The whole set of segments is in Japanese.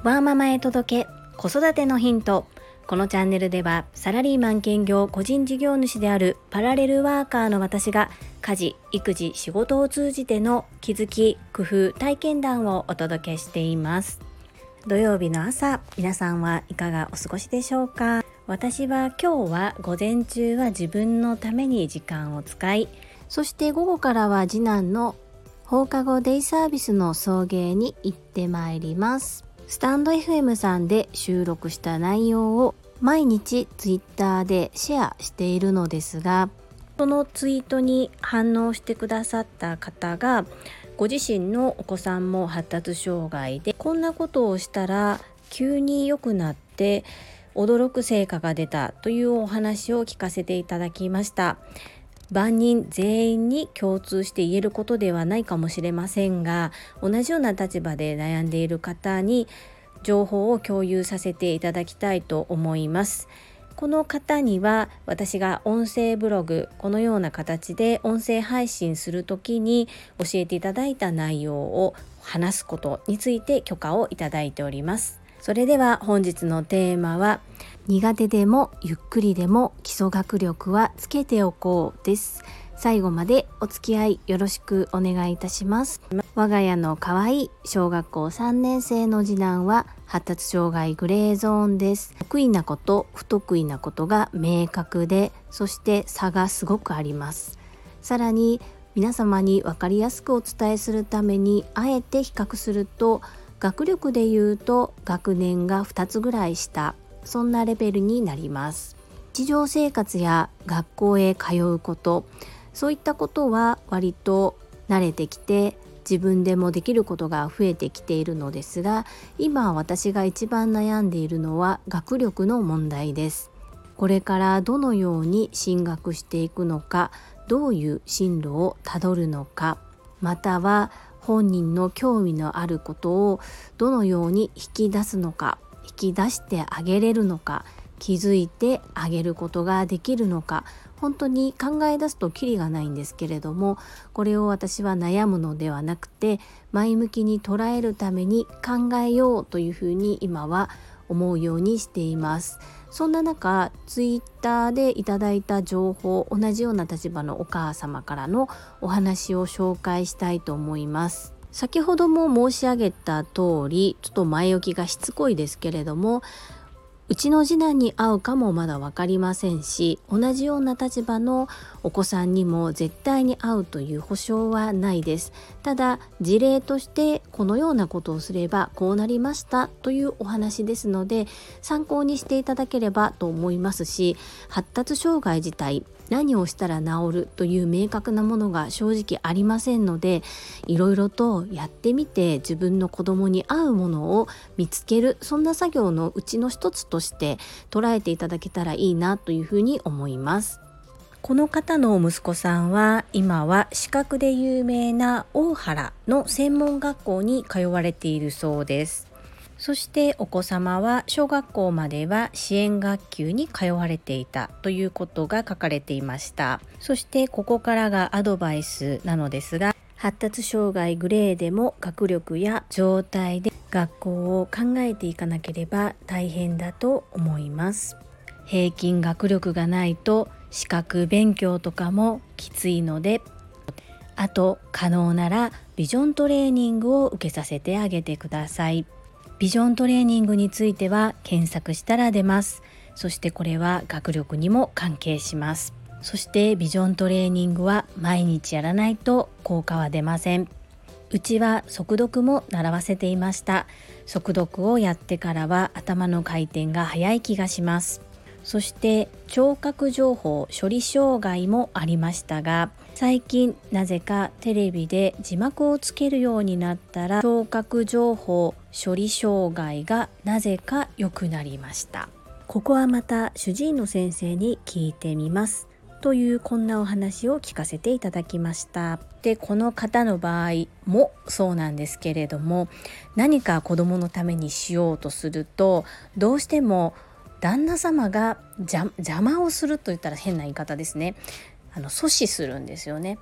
ワーママへ届け子育てのヒント。このチャンネルではサラリーマン兼業個人事業主であるパラレルワーカーの私が家事、育児、仕事を通じての気づき、工夫、体験談をお届けしています。土曜日の朝、皆さんはいかがお過ごしでしょうか。私は今日は午前中は自分のために時間を使い、そして午後からは次男の放課後デイサービスの送迎に行ってまいります。スタンド FM さんで収録した内容を毎日ツイッターでシェアしているのですが、そのツイートに反応してくださった方がご自身のお子さんも発達障害で、こんなことをしたら急に良くなって驚く成果が出たというお話を聞かせていただきました。万人全員に共通して言えることではないかもしれませんが、同じような立場で悩んでいる方に情報を共有させていただきたいと思います。この方には私が音声ブログ、このような形で音声配信するときに教えていただいた内容を話すことについて許可をいただいております。それでは本日のテーマは、苦手でもゆっくりでも基礎学力はつけておこうです。最後までお付き合いよろしくお願いいたします。我が家の可愛い小学校3年生の次男は発達障害グレーゾーンです。得意なこと不得意なことが明確で、そして差がすごくあります。さらに皆様に分かりやすくお伝えするためにあえて比較すると、学力でいうと学年が2つぐらい下、そんなレベルになります。日常生活や学校へ通うこと、そういったことは割と慣れてきて自分でもできることが増えてきているのですが、今私が一番悩んでいるのは学力の問題です。これからどのように進学していくのか、どういう進路をたどるのか、または本人の興味のあることをどのように引き出すのか、引き出してあげれるのか、気づいてあげることができるのか、本当に考え出すとキリがないんですけれども、これを私は悩むのではなくて前向きに捉えるために考えようというふうに今は思うようにしています。そんな中、ツイッターでいただいた情報、同じような立場のお母様からのお話を紹介したいと思います。先ほども申し上げた通り、ちょっと前置きがしつこいですけれども、うちの次男に会うかもまだ分かりませんし、同じような立場のお子さんにも絶対に会うという保証はないです。ただ事例としてこのようなことをすればこうなりましたというお話ですので、参考にしていただければと思いますし、発達障害自体何をしたら治るという明確なものが正直ありませんので、いろいろとやってみて自分の子供に合うものを見つける、そんな作業のうちの一つとして捉えていただけたらいいなというふうに思います。この方の息子さんは今は視覚で有名な大原の専門学校に通われているそうです。そしてお子様は小学校までは支援学級に通われていたということが書かれていました。そしてここからがアドバイスなのですが、発達障害グレーでも学力や状態で学校を考えていかなければ大変だと思います。平均学力がないと資格勉強とかもきついので、あと可能ならビジョントレーニングを受けさせてあげてください。ビジョントレーニングについては検索したら出ます。そしてこれは学力にも関係します。そしてビジョントレーニングは毎日やらないと効果は出ません。うちは速読も習わせていました。速読をやってからは頭の回転が早い気がします。そして聴覚情報処理障害もありましたが、最近なぜかテレビで字幕をつけるようになったら、聴覚情報処理障害がなぜか良くなりました。ここはまた主治医の先生に聞いてみますという、こんなお話を聞かせていただきました。で、この方の場合もそうなんですけれども、何か子供のためにしようとすると、どうしても旦那様が邪魔をすると言ったら変な言い方ですね。阻止するんですよね。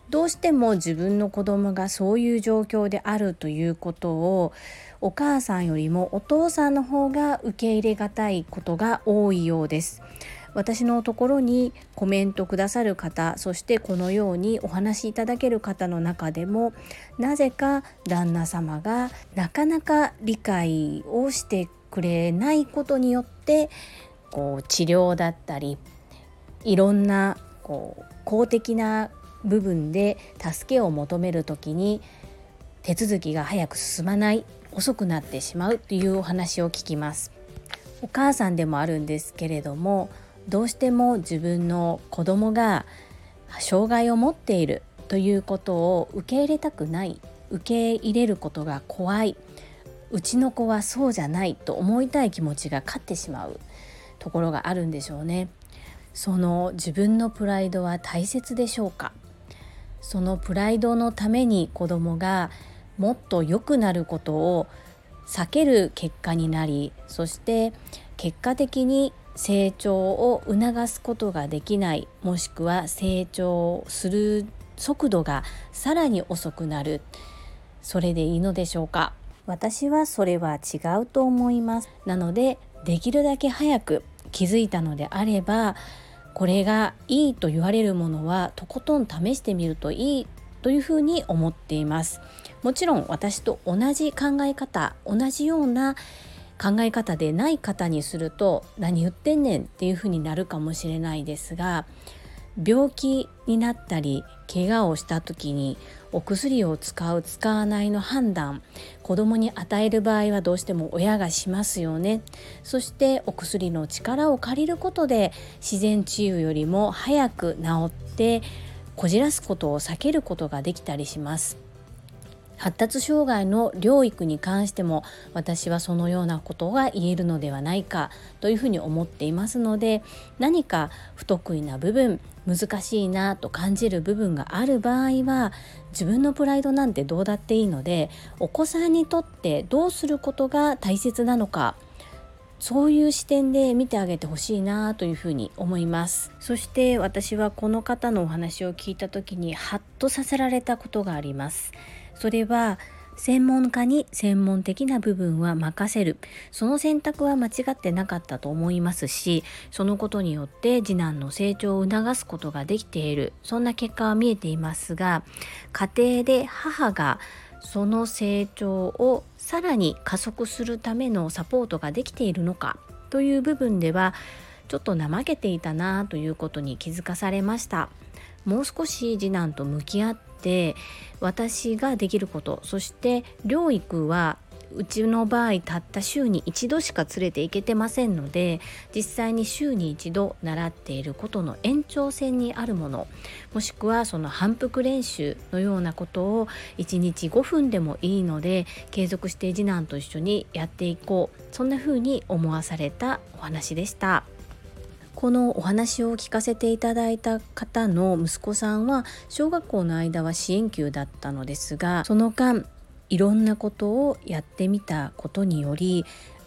どうしても自分の子供がそういう状況であるということをお母さんよりもお父さんの方が受け入れがたいことが多いようです。私のところにコメントくださる方、そしてこのようにお話しいただける方の中でも、なぜか旦那様がなかなか理解をしてくれないことによって治療だったりいろんな公的な部分で助けを求めるときに手続きが早く進まない、遅くなってしまうというお話を聞きます。お母さんでもあるんですけれども、どうしても自分の子供が障害を持っているということを受け入れたくない、受け入れることが怖い、うちの子はそうじゃないと思いたい気持ちが勝ってしまうところがあるんでしょうね。その自分のプライドは大切でしょうか。そのプライドのために子供がもっと良くなることを避ける結果になり、そして結果的に成長を促すことができない、もしくは成長する速度がさらに遅くなる、それでいいのでしょうか。私はそれは違うと思います。なのでできるだけ早く気づいたのであれば、これがいいと言われるものはとことん試してみるといいというふうに思っています。もちろん私と同じ考え方、同じような考え方でない方にすると何言ってんねんっていうふうになるかもしれないですが、病気になったり怪我をした時にお薬を使う使わないの判断、子供に与える場合はどうしても親がしますよね。そしてお薬の力を借りることで自然治癒よりも早く治ってこじらすことを避けることができたりします。発達障害の療育に関しても私はそのようなことが言えるのではないかというふうに思っていますので、何か不得意な部分、難しいなと感じる部分がある場合は、自分のプライドなんてどうだっていいので、お子さんにとってどうすることが大切なのか、そういう視点で見てあげてほしいなというふうに思います。そして私はこの方のお話を聞いた時にハッとさせられたことがあります。それは専門家に専門的な部分は任せる、その選択は間違ってなかったと思いますし、そのことによって次男の成長を促すことができている、そんな結果は見えていますが、家庭で母がその成長をさらに加速するためのサポートができているのかという部分ではちょっと怠けていたなということに気づかされました。もう少し次男と向き合って私ができること、そして療育はうちの場合たった週に一度しか連れて行けてませんので、実際に週に一度習っていることの延長線にあるもの、もしくはその反復練習のようなことを1日5分でもいいので継続して次男と一緒にやっていこう、そんな風に思わされたお話でした。このお話を聞かせていただいた方の息子さんは小学校の間は支援級だったのですが、その間いろんなことをやってみたことにより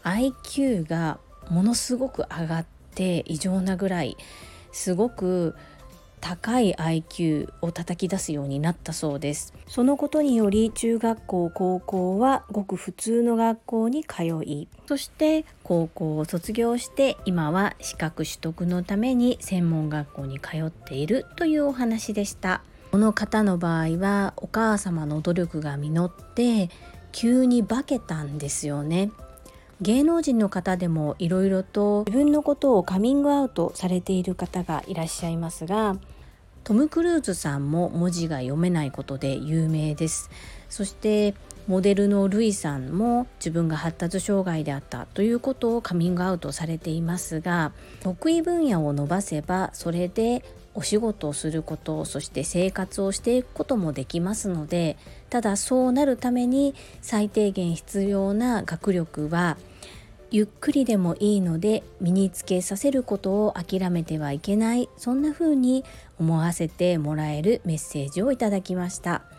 IQ がものすごく上がって、異常なぐらいすごく高い IQ を叩き出すようになったそうです。そのことにより中学校高校はごく普通の学校に通い、そして高校を卒業して今は資格取得のために専門学校に通っているというお話でした。この方の場合はお母様の努力が実って急に化けたんですよね。芸能人の方でもいろいろと自分のことをカミングアウトされている方がいらっしゃいますが、トム・クルーズさんも文字が読めないことで有名です。そしてモデルのルイさんも自分が発達障害であったということをカミングアウトされていますが、得意分野を伸ばせばそれでお仕事をすること、そして生活をしていくこともできますので、ただそうなるために最低限必要な学力はゆっくりでもいいので身につけさせることを諦めてはいけない、そんな風に思わせてもらえるメッセージをいただきました。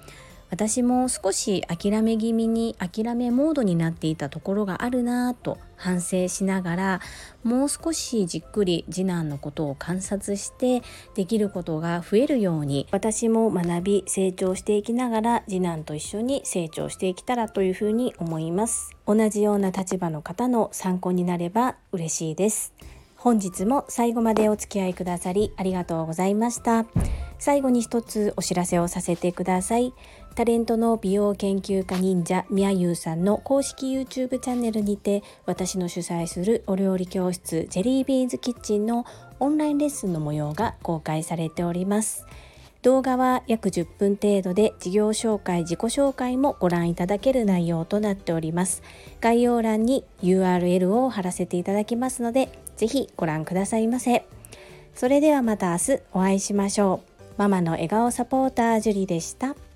私も少し諦めモードになっていたところがあるなぁと反省しながら、もう少しじっくり次男のことを観察してできることが増えるように、私も学び成長していきながら次男と一緒に成長していけたらというふうに思います。同じような立場の方の参考になれば嬉しいです。本日も最後までお付き合いくださりありがとうございました。最後に一つお知らせをさせてください。タレントの美容研究家忍者みやゆうさんの公式 YouTube チャンネルにて、私の主催するお料理教室ジェリービーンズキッチンのオンラインレッスンの模様が公開されております。動画は約10分程度で、事業紹介、自己紹介もご覧いただける内容となっております。概要欄に URL を貼らせていただきますので、ぜひご覧くださいませ。それではまた明日お会いしましょう。ママの笑顔サポータージュリでした。